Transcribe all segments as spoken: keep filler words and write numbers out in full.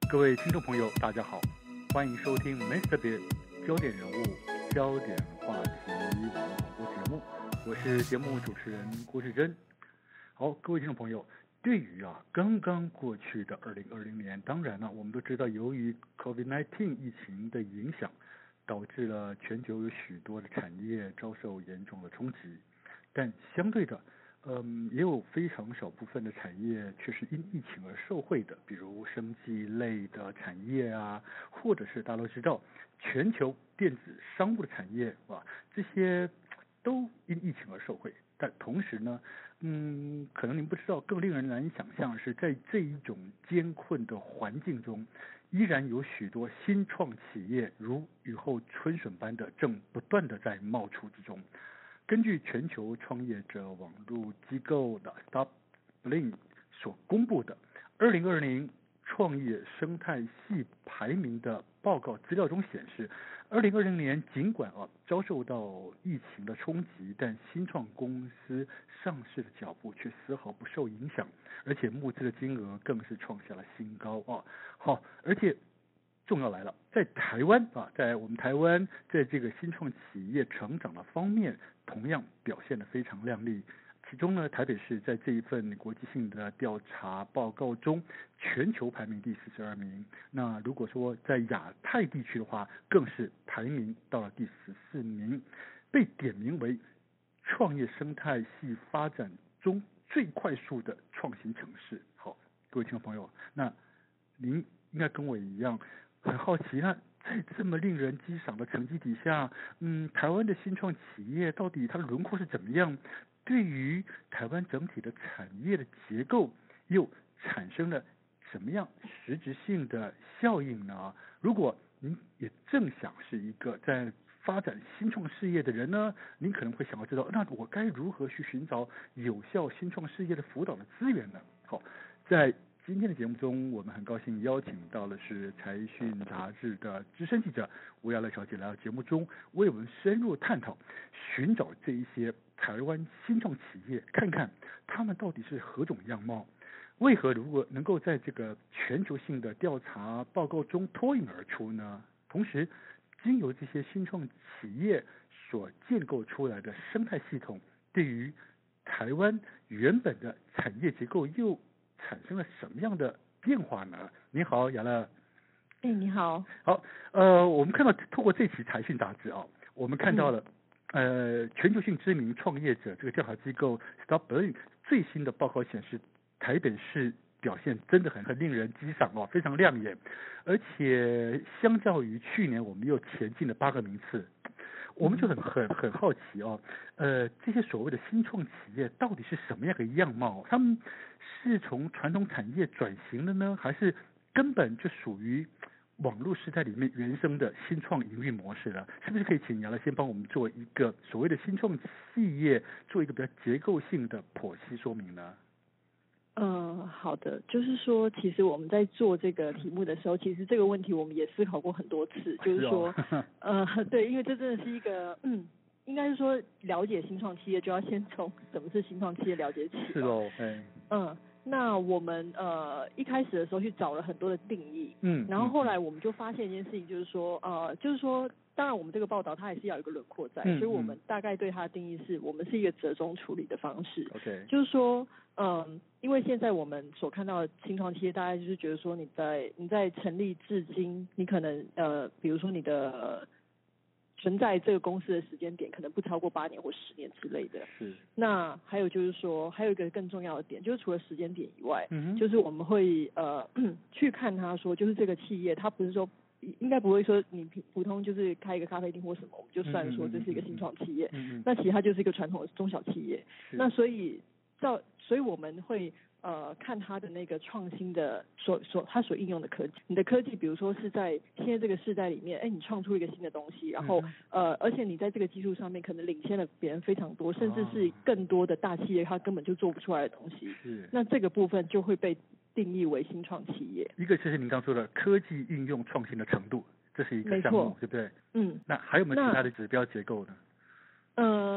各位听众朋友，大家好，欢迎收听 Mister Big 焦点人物、焦点话题网络广播节目，我是节目主持人郭志珍。好，各位听众朋友，对于啊刚刚过去的二零二零年，当然了，我们都知道，由于 COVID 十九 疫情的影响，导致了全球有许多的产业遭受严重的冲击，但相对的。嗯，也有非常少部分的产业却是因疫情而受惠的，比如生技类的产业啊，或者是大家都知道全球电子商务的产业啊，这些都因疫情而受惠。但同时呢，嗯，可能您不知道，更令人难以想象是在这一种艰困的环境中，依然有许多新创企业如雨后春笋般的正不断的在冒出之中。根据全球创业者网络机构的 StopBlink 所公布的二零二零创业生态系排名的报告资料中显示，二零二零年尽管啊遭受到疫情的冲击，但新创公司上市的脚步却丝毫不受影响，而且募资的金额更是创下了新高啊！好，而且重要来了，在台湾啊，在我们台湾，在这个新创企业成长的方面，同样表现得非常亮丽。其中呢，台北市在这一份国际性的调查报告中，全球排名第四十二名。那如果说在亚太地区的话，更是排名到了第十四名，被点名为创业生态系发展中最快速的创新城市。好，各位听众朋友，那您应该跟我一样。很好奇，那在这么令人激赏的成绩底下，嗯，台湾的新创企业到底它的轮廓是怎么样？对于台湾整体的产业的结构，又产生了什么样实质性的效应呢？如果您也正想是一个在发展新创事业的人呢，您可能会想要知道，那我该如何去寻找有效新创事业的辅导的资源呢？好，在今天的节目中，我们很高兴邀请到的是财讯杂志的资深记者吴雅乐小姐来到节目中，为我们深入探讨，寻找这一些台湾新创企业，看看他们到底是何种样貌，为何如果能够在这个全球性的调查报告中脱颖而出呢？同时，经由这些新创企业所建构出来的生态系统，对于台湾原本的产业结构又产生了什么样的变化呢？你好，雅乐。 哎，你好。 好，呃，我们看到透过这期财讯杂志啊，我们看到了、嗯、呃全球性知名创业者这个调查机构 StopBlink 最新的报告显示，台北市表现真的很很令人激赏哦，非常亮眼，而且相较于去年，我们又前进了八个名次。我们就很很很好奇哦，呃，这些所谓的新创企业到底是什么样的样貌？他们是从传统产业转型的呢，还是根本就属于网络时代里面原生的新创营运模式了？是不是可以请杨来先帮我们做一个所谓的新创企业做一个比较结构性的剖析说明呢？ 嗯，好的，就是说，其实我们在做这个题目的时候，其实这个问题我们也思考过很多次，就是说， 是哦、 呃，对，因为这真的是一个，嗯，应该是说了解新创企业，就要先从什么是新创企业了解起。 是哦，哎， 嗯，那我们呃一开始的时候去找了很多的定义， 嗯， 然后后来我们就发现一件事情，就是说，呃，就是说。当然，我们这个报道它还是要有一个轮廓在， 嗯、 所以我们大概对它的定义是，我们是一个折中处理的方式。 OK， 就是说，嗯，因为现在我们所看到的新创企业，大概就是觉得说，你在你在成立至今，你可能呃，比如说你的、呃、存在这个公司的时间点，可能不超过八年或十年之类的。 是。 那还有就是说，还有一个更重要的点，就是除了时间点以外， 嗯、 就是我们会呃去看它说，就是这个企业，它不是说。应该不会说你普通就是开一个咖啡厅或什么，我们就算说这是一个新创企业， 嗯嗯、 那其实它就是一个传统的中小企业。那所以照，所以我们会呃看它的那个创新的所所它所应用的科技。你的科技，比如说是在现在这个世代里面，哎，你创出一个新的东西，然后、嗯、呃，而且你在这个技术上面可能领先了别人非常多，甚至是更多的大企业它根本就做不出来的东西。 是。 那这个部分就会被定义为新创企业。 一个就是您刚说的科技运用创新的程度，这是一个项目，对不对？ 嗯。 那还有没有其他的指标结构呢？ 呃，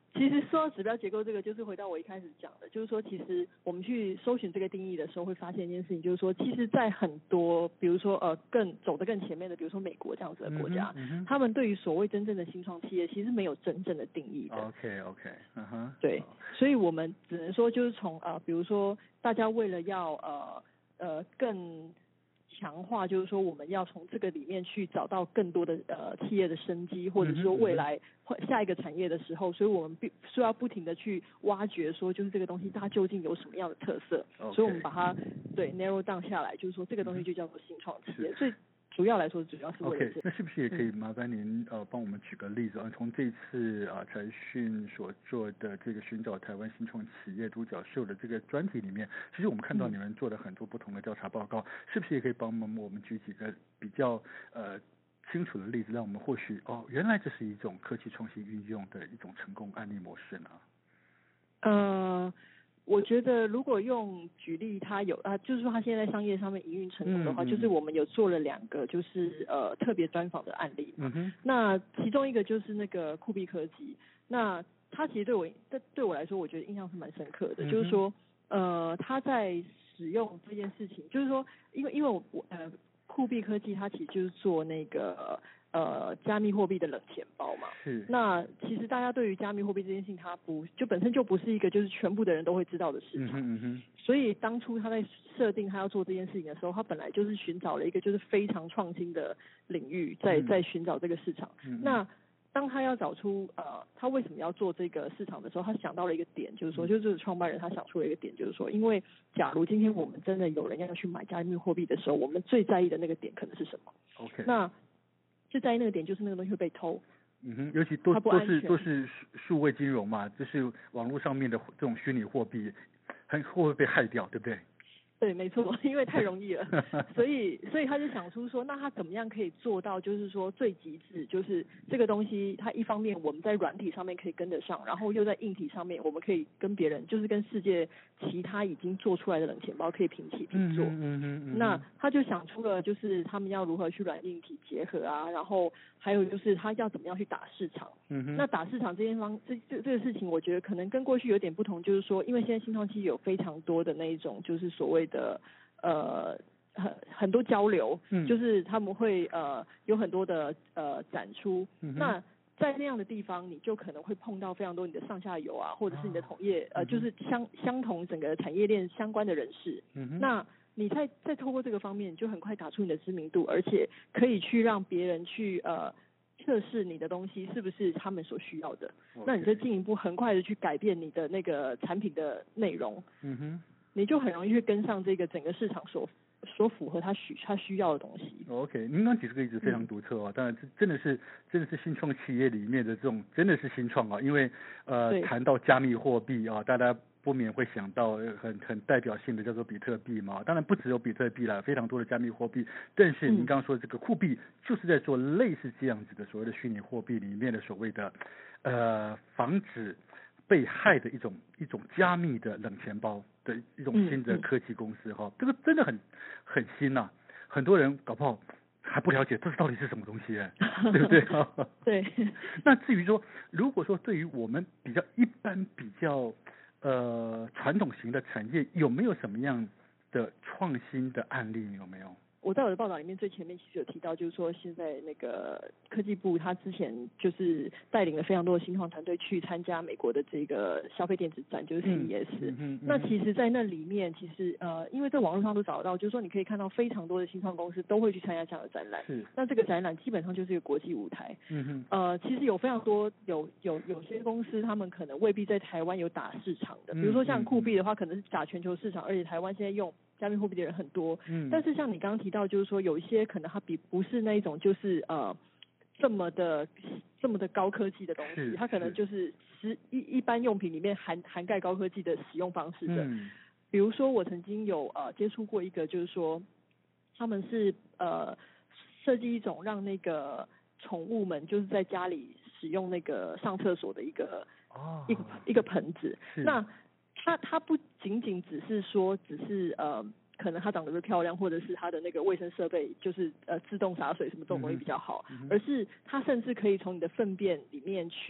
其实说到指标结构这个，就是回到我一开始讲的，就是说，其实我们去搜寻这个定义的时候，会发现一件事情，就是说，其实，在很多，比如说呃，更走得更前面的，比如说美国这样子的国家， 嗯嗯、 他们对于所谓真正的新创企业，其实没有真正的定义的。 OK OK， 嗯哼， 对，所以我们只能说，就是从呃，比如说，大家为了要呃呃更强化，就是说我们要从这个里面去找到更多的呃企业的生机，或者说未来下一个产业的时候，所以我们必需要不停的去挖掘，说就是这个东西它究竟有什么样的特色， okay. 所以我们把它对 narrow down 下来，就是说这个东西就叫做新创企业。所以主要来说，主要是为了这个。 OK， 那是不是也可以麻烦您、嗯、呃帮我们举个例子啊？从这次啊财讯所做的这个寻找台湾新创企业独角兽的这个专题里面，其实我们看到你们做了很多不同的调查报告，嗯、是不是也可以帮忙我们举几个比较呃清楚的例子，让我们或许哦原来这是一种科技创新运用的一种成功案例模式呢？ 呃。我觉得如果用举例，它有啊，就是说它现在在商业上面营运成功的话，嗯嗯、就是我们有做了两个，就是呃特别专访的案例。嗯哼。那其中一个就是那个酷币科技，那它其实对我对对我来说，我觉得印象是蛮深刻的，嗯、就是说呃他在使用这件事情，就是说因为因为我我呃酷币科技它其实就是做那个。呃，加密货币的冷钱包嘛， 是。 那其实大家对于加密货币这件事情，它不就本身就不是一个就是全部的人都会知道的市场。嗯嗯嗯。所以当初他在设定他要做这件事情的时候，他本来就是寻找了一个就是非常创新的领域，在在寻找这个市场。嗯。那当他要找出呃他为什么要做这个市场的时候，他想到了一个点，就是说，就是创办人他想出了一个点，就是说，因为假如今天我们真的有人要去买加密货币的时候，我们最在意的那个点可能是什么 ？OK。 那最在意那个点就是那个东西会被偷， 嗯哼，尤其都都是都是数数位金融嘛，就是网络上面的这种虚拟货币，很会不会被害掉，对不对？ 对，没错，因为太容易了，所以所以他就想出说，那他怎么样可以做到，就是说最极致，就是这个东西，它一方面我们在软体上面可以跟得上，然后又在硬体上面我们可以跟别人，就是跟世界其他已经做出来的冷钱包可以平起平坐。嗯嗯嗯嗯。那他就想出了，就是他们要如何去软硬体结合啊，然后还有就是他要怎么样去打市场。嗯哼。那打市场这件方这这这个事情，我觉得可能跟过去有点不同，就是说，因为现在新创期有非常多的那一种，就是所谓的呃很很多交流，嗯，就是他们会呃有很多的呃展出，嗯、那在那样的地方，你就可能会碰到非常多你的上下游啊，或者是你的同业、啊、呃，就是相相同整个产业链相关的人士，嗯，那你再再透过这个方面，你就很快打出你的知名度，而且可以去让别人去呃测试你的东西是不是他们所需要的， okay. 那你就进一步很快的去改变你的那个产品的内容，嗯哼。你就很容易去跟上这个整个市场所所符合他需他需要的东西。 OK， 您刚举这个例子非常独特哦，嗯、当然这真的是真的是新创企业里面的这种真的是新创啊，因为呃谈到加密货币啊，大家不免会想到很很代表性的叫做比特币嘛，当然不只有比特币啦，非常多的加密货币，但是您刚刚说的这个酷币就是在做类似这样子的所谓的虚拟货币里面的所谓的呃防止被害的一种一种加密的冷钱包的一种新的科技公司哈、嗯嗯，这个真的很很新呐、啊，很多人搞不好还不了解这到底是什么东西哎，对不对？ 对。 那至于说，如果说对于我们比较一般比较呃传统型的产业，有没有什么样的创新的案例？有没有？ 我在我的报道里面最前面其实有提到，就是说现在那个科技部他之前就是带领了非常多的新创团队去参加美国的这个消费电子展，就是 C E S、嗯嗯嗯。那其实，在那里面，其实呃，因为在网络上都找得到，就是说你可以看到非常多的新创公司都会去参加这样的展览。是。那这个展览基本上就是一个国际舞台。嗯哼。呃，其实有非常多有有有些公司，他们可能未必在台湾有打市场的，比如说像酷币的话，可能是打全球市场，而且台湾现在用加密货币的人很多，嗯，但是像你刚刚提到，就是说有一些可能它比不是那一种就是呃这么的这么的高科技的东西，它可能就是实一一般用品里面含涵盖高科技的使用方式的。嗯，比如说我曾经有呃接触过一个，就是说他们是呃设计一种让那个宠物们就是在家里使用那个上厕所的一个哦一个一个盆子，那。它它不仅仅只是说，只是呃，可能它长得是漂亮，或者是它的那个卫生设备就是呃自动洒水什么这种东西比较好，嗯、而是它甚至可以从你的粪便里面去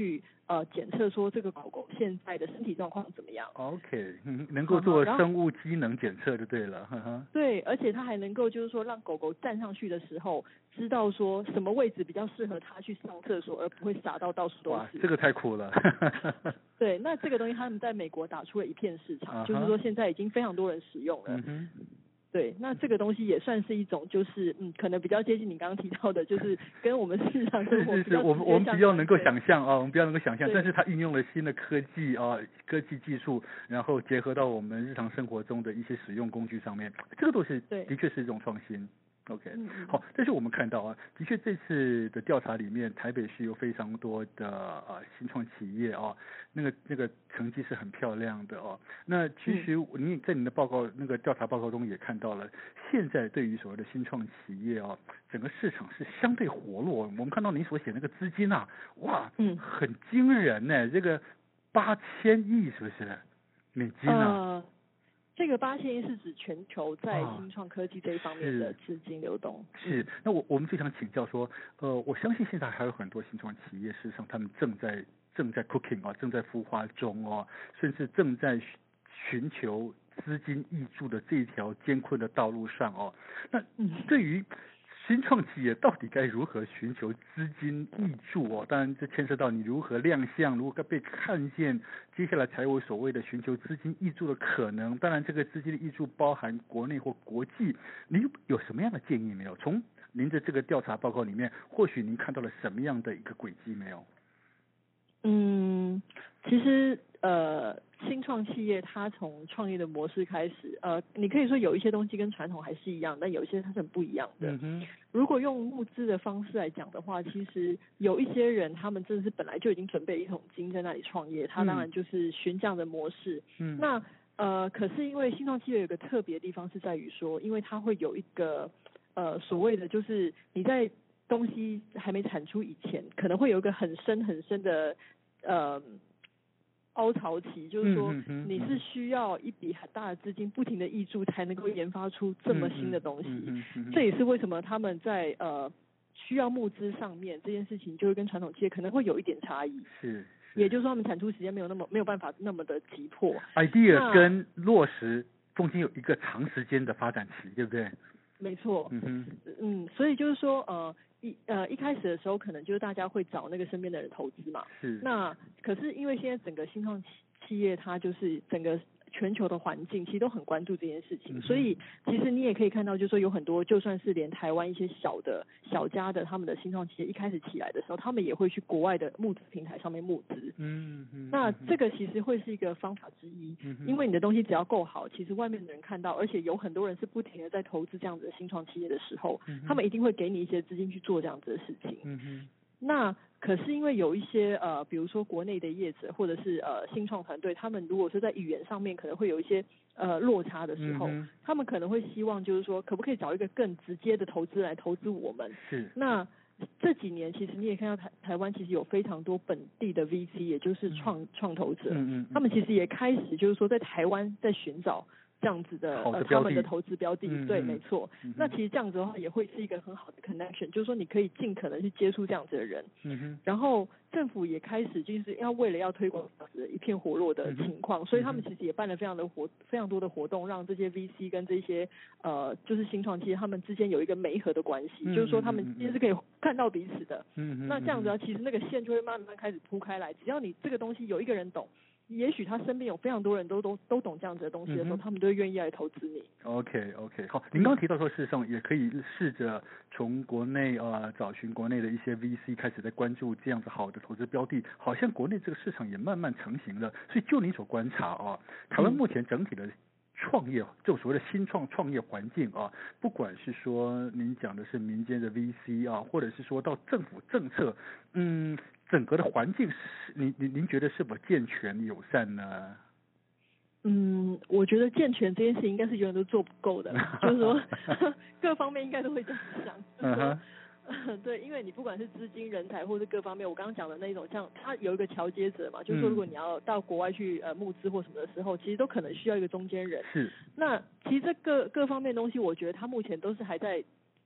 呃检测说这个狗狗现在的身体状况怎么样。 OK， 嗯，能够做生物机能检测就对了。呵呵对，而且它还能够就是说让狗狗站上去的时候，知道说什么位置比较适合它去上厕所，而不会洒到到处都是。 哇，这个太酷了。 对，那这个东西他们在美国打出了一片市场， uh-huh. 就是说现在已经非常多人使用了。 嗯对，那这个东西也算是一种，就是嗯，可能比较接近你刚刚提到的，就是跟我们日常生活比较直接相关。是是是， 我们我们比较能够想象啊，我们比较能够想象，但是它运用了新的科技啊，科技技术，然后结合到我们日常生活中的一些使用工具上面，这个都是的确是一种创新。OK， 嗯好，但是我们看到啊，的确这次的调查里面，台北市有非常多的呃新创企业啊，那个那个成绩是很漂亮的哦。那其实你在你的报告那个调查报告中也看到了，现在对于所谓的新创企业啊，整个市场是相对活络。我们看到你所写那个资金啊，哇， 嗯， 很惊人呢，这个八千亿是不是美金啊？ 呃这个八千亿是指全球在新创科技这一方面的资金流动。 啊、是, 是，那我我们就想请教说，呃，我相信现在还有很多新创企业，事实上他们正在正在 cooking 啊，正在孵化中哦，甚至正在寻求资金挹注的这条艰困的道路上哦。那对于新创企业到底该如何寻求资金挹注哦？当然，这牵涉到你如何亮相，如何被看见，接下来才有所谓的寻求资金挹注的可能。当然，这个资金的挹注包含国内或国际。您有什么样的建议没有？从您的这个调查报告里面，或许您看到了什么样的一个轨迹没有？ 嗯，其实呃，新创企业它从创业的模式开始，呃，你可以说有一些东西跟传统还是一样，但有一些它是很不一样的。 嗯哼。 如果用募资的方式来讲的话，其实有一些人他们真的是本来就已经准备一桶金在那里创业，他当然就是循这样的模式。 嗯。 那呃，可是因为新创企业有一个特别的地方是在于说，因为它会有一个呃所谓的就是你在东西还没产出以前，可能会有一个很深很深的呃凹槽期，就是说你是需要一笔很大的资金不停的挹注才能够研发出这么新的东西。 嗯嗯嗯嗯、 这也是为什么他们在呃需要募资上面这件事情，就会跟传统企业可能会有一点差异。 是。 也就是说，他们产出时间没有那么没有办法那么的急迫。 idea 跟落实中间有一个长时间的发展期，对不对？ 没错。 嗯哼。 嗯，所以就是说，呃，一呃一开始的时候，可能就是大家会找那个身边的人投资嘛。 是。 那可是因为现在整个新创企企业，它就是整个全球的环境其实都很关注这件事情， 嗯、 所以其实你也可以看到，就是说有很多，就算是连台湾一些小的小家的他们的新创企业一开始起来的时候，他们也会去国外的募资平台上面募资。 嗯嗯。 那这个其实会是一个方法之一， 嗯、 因为你的东西只要够好，其实外面的人看到，而且有很多人是不停的在投资这样子的新创企业的时候， 嗯、 他们一定会给你一些资金去做这样子的事情。 嗯哼。 那可是因为有一些呃，比如说国内的业者或者是呃新创团队，他们如果是在语言上面可能会有一些呃落差的时候、 嗯， 他们可能会希望就是说，可不可以找一个更直接的投资来投资我们？ 是。 那这几年其实你也看到台台湾其实有非常多本地的 V C， 也就是创、嗯、创投者、 嗯嗯， 他们其实也开始就是说在台湾在寻找这样子的, 的呃他们的投资标的， 嗯、 对，没错、 嗯。 那其实这样子的话也会是一个很好的 connection， 就是说你可以尽可能去接触这样子的人。 嗯哼。 然后政府也开始就是要为了要推广这样子一片活络的情况、 嗯， 所以他们其实也办了非常的活非常多的活动，让这些 V C 跟这些呃就是新创企业他们之间有一个媒合的关系、 嗯， 就是说他们其实是可以看到彼此的。 嗯那这样子啊，其实那个线就会慢慢开始铺开来，只要你这个东西有一个人懂。也许他身边有非常多人都都都懂这样子的东西的时候、嗯、他们都会愿意来投资你。 OK OK， 好，您刚刚提到说，事实上也可以试着从国内呃找寻国内的一些 V C 开始在关注这样子好的投资标的，好像国内这个市场也慢慢成型了。所以就你所观察啊，台湾目前整体的创业，就所谓的新创创业环境啊，不管是说您讲的是民间的 V C 啊，或者是说到政府政策，嗯。整个的环境是，您您您觉得是否健全友善呢？ 嗯，我觉得健全这件事应该是永远都做不够的，就是说各方面应该都会这样想，就是说、uh-huh. 对，因为你不管是资金、人才，或是各方面，我刚刚讲的那种，像它有一个桥接者嘛，就是说如果你要到国外去呃募资或什么的时候，其实都可能需要一个中间人。 是。 那其实这各各方面东西，我觉得它目前都是还在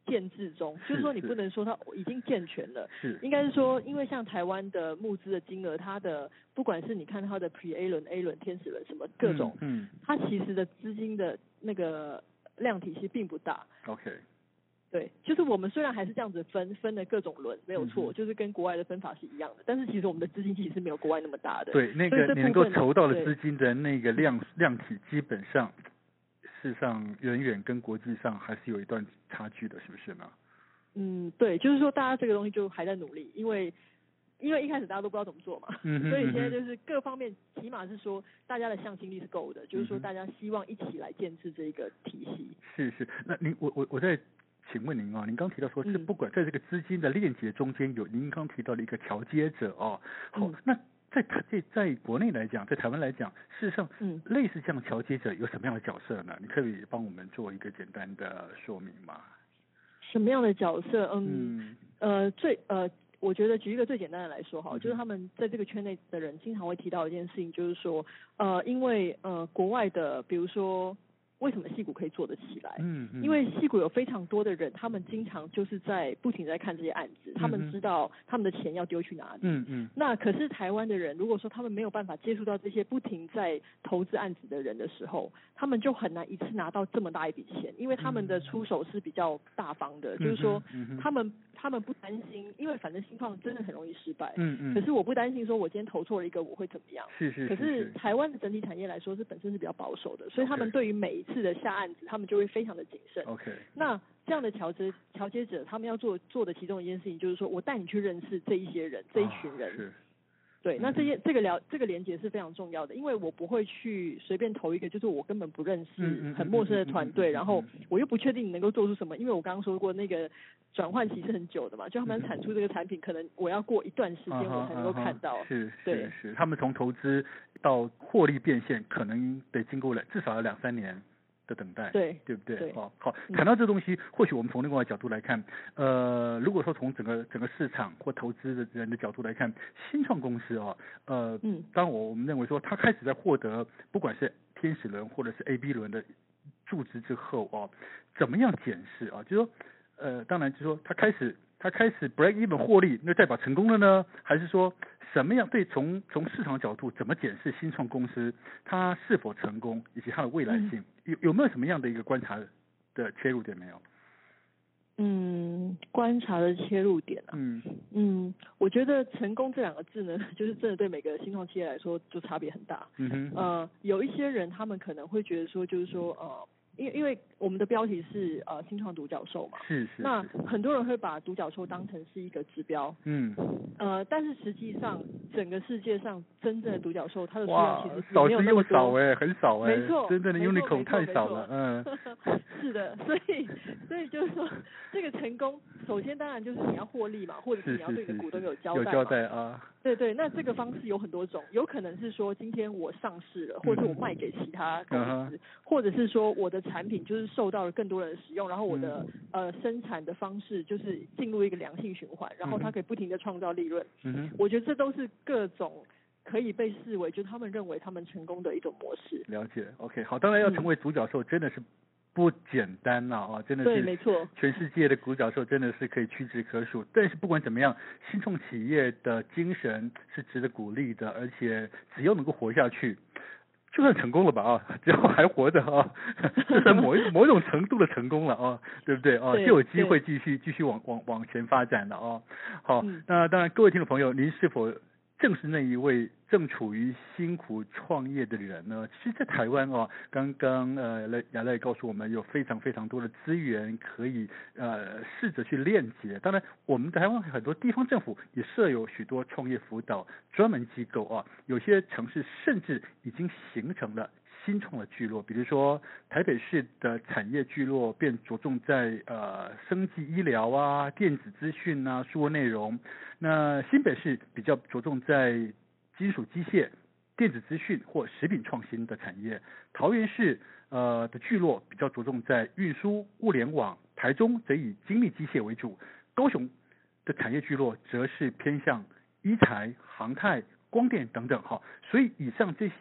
建制中，就是说你不能说它已经健全了， 是应该是说，因为像台湾的募资的金额，它的不管是你看它的 Pre A 轮、A 轮、天使轮什么各种， 嗯，嗯它其实的资金的那个量体其实并不大。 OK。 对，就是我们虽然还是这样子分分的各种轮，没有错、嗯，就是跟国外的分法是一样的，但是其实我们的资金其实是没有国外那么大的。 对，那个你能够筹到的资金的那个量量体，基本上事实上远远跟国际上还是有一段差距的，是不是呢？ 嗯，对，就是说大家这个东西就还在努力，因为因为一开始大家都不知道怎么做嘛，嗯、所以现在就是各方面起码是说大家的向心力是够的，就是说大家希望一起来建制这个体系。 是是，那您我我我在。请问您啊，您刚提到说是不管在这个资金的链接中间有您刚提到的一个调接者哦，好， 嗯、 那在在在国内来讲，在台湾来讲，事实上， 嗯， 类似这样调接者有什么样的角色呢？你可以帮我们做一个简单的说明吗？ 什么样的角色？嗯， 嗯呃，最呃，我觉得举一个最简单的来说哈，就是他们在这个圈内的人经常会提到一件事情，就是说，呃，因为呃国外的，比如说。为什么矽谷可以做得起来？ 嗯嗯， 因为矽谷有非常多的人，他们经常就是在不停在看这些案子，他们知道他们的钱要丢去哪里。 嗯嗯。 那可是台湾的人，如果说他们没有办法接触到这些不停在投资案子的人的时候，他们就很难一次拿到这么大一笔钱，因为他们的出手是比较大方的， 嗯、 就是说、 嗯、 他们他们不担心，因为反正新创真的很容易失败。 嗯嗯。 可是我不担心说我今天投错了一个我会怎么样。 是是是。 可是台湾的整体产业来说是本身是比较保守的，所以他们对于每一次的下案子，他们就会非常的谨慎。 OK。 那这样的调节调节者，他们要做做的其中一件事情，就是说我带你去认识这一些人，这一群人。 啊、是。 对，那这些这个了这个连结是非常重要的，因为我不会去随便投一个就是我根本不认识、很陌生的团队，然后我又不确定你能够做出什么，因为我刚刚说过那个转换期是很久的嘛，就他们产出这个产品，可能我要过一段时间我才能够看到。 uh-huh, uh-huh, 是对是是，他们从投资到获利变现，可能得经过了至少要两三年的等待， 对对不对？ 对哦，好，谈到这东西，嗯、或许我们从另外一个角度来看，呃，如果说从整个整个市场或投资的人的角度来看，新创公司哦，呃，嗯，当我我们认为说他开始在获得不管是天使轮或者是 A B 轮的注资之后哦，怎么样检视啊？就是说，呃，当然就是说他开始他开始 break even 获利，那代表成功了呢？还是说？什么样对从从市场角度怎么检视新创公司它是否成功以及它的未来性、嗯、有有没有什么样的一个观察的切入点没有？ 嗯，观察的切入点啊， 嗯嗯，我觉得成功这两个字呢，就是真的对每个新创企业来说就差别很大。 嗯哼， 呃，有一些人他们可能会觉得说，就是说呃。因为因为我们的标题是呃新创独角兽嘛， 是 是, 是， 那很多人会把独角兽当成是一个指标， 嗯， 呃，但是实际上整个世界上真正的独角兽它的数量其实少没有那么多， 少少哎，很少哎， 没错， 真正的 unicorn 太少了，嗯， 是的，所以所以就是说这个成功，首先当然就是你要获利嘛，或者是你要对你的股东有交代， 有交代啊， 对对，那这个方式有很多种，有可能是说今天我上市了，或者是我卖给其他公司，嗯、或者是说我的产品就是受到了更多人的使用，然后我的、嗯、呃生产的方式就是进入一个良性循环，然后它可以不停的创造利润。嗯，我觉得这都是各种可以被视为就是他们认为他们成功的一种模式。 了解 ，OK， 好，当然要成为独角兽真的是不简单了啊，真的是， 对，没错， 全世界的独角兽真的是可以屈指可数。但是不管怎么样，新创企业的精神是值得鼓励的，而且只要能够活下去，就算成功了吧啊，只要还活着啊，就算某一某一种程度的成功了啊，对不对啊？就有机会继续继续往往往前发展了啊。好，嗯、那当然各位听众朋友，您是否正是那一位正处于辛苦创业的人呢？其实，在台湾哦，刚刚呃雅乐也告诉我们，有非常非常多的资源可以呃试着去链接。当然，我们台湾很多地方政府也设有许多创业辅导专门机构啊，有些城市甚至已经形成了新创的聚落，比如说台北市的产业聚落便着重在呃生技医疗啊、电子资讯啊、数位内容。那新北市比较着重在金属机械、电子资讯或食品创新的产业。桃园市呃的聚落比较着重在运输、物联网。台中则以精密机械为主。高雄的产业聚落则是偏向医材、航太、光电等等哈。所以以上这些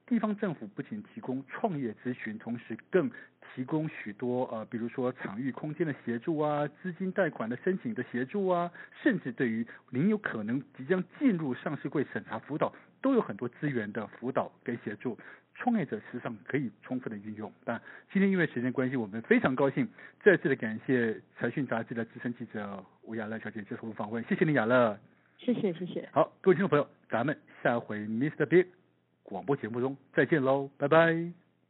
地方政府不仅提供创业咨询，同时更提供许多呃，比如说场域空间的协助啊，资金贷款的申请的协助啊，甚至对于您有可能即将进入上市柜审查辅导，都有很多资源的辅导跟协助。创业者实际上可以充分的运用。但今天因为时间关系，我们非常高兴再次的感谢财讯杂志的资深记者吴雅乐小姐接受访问，谢谢你雅乐。 谢谢谢谢。 好，各位听众朋友，咱们下回 Mister Big 广播节目中再见喽，拜拜。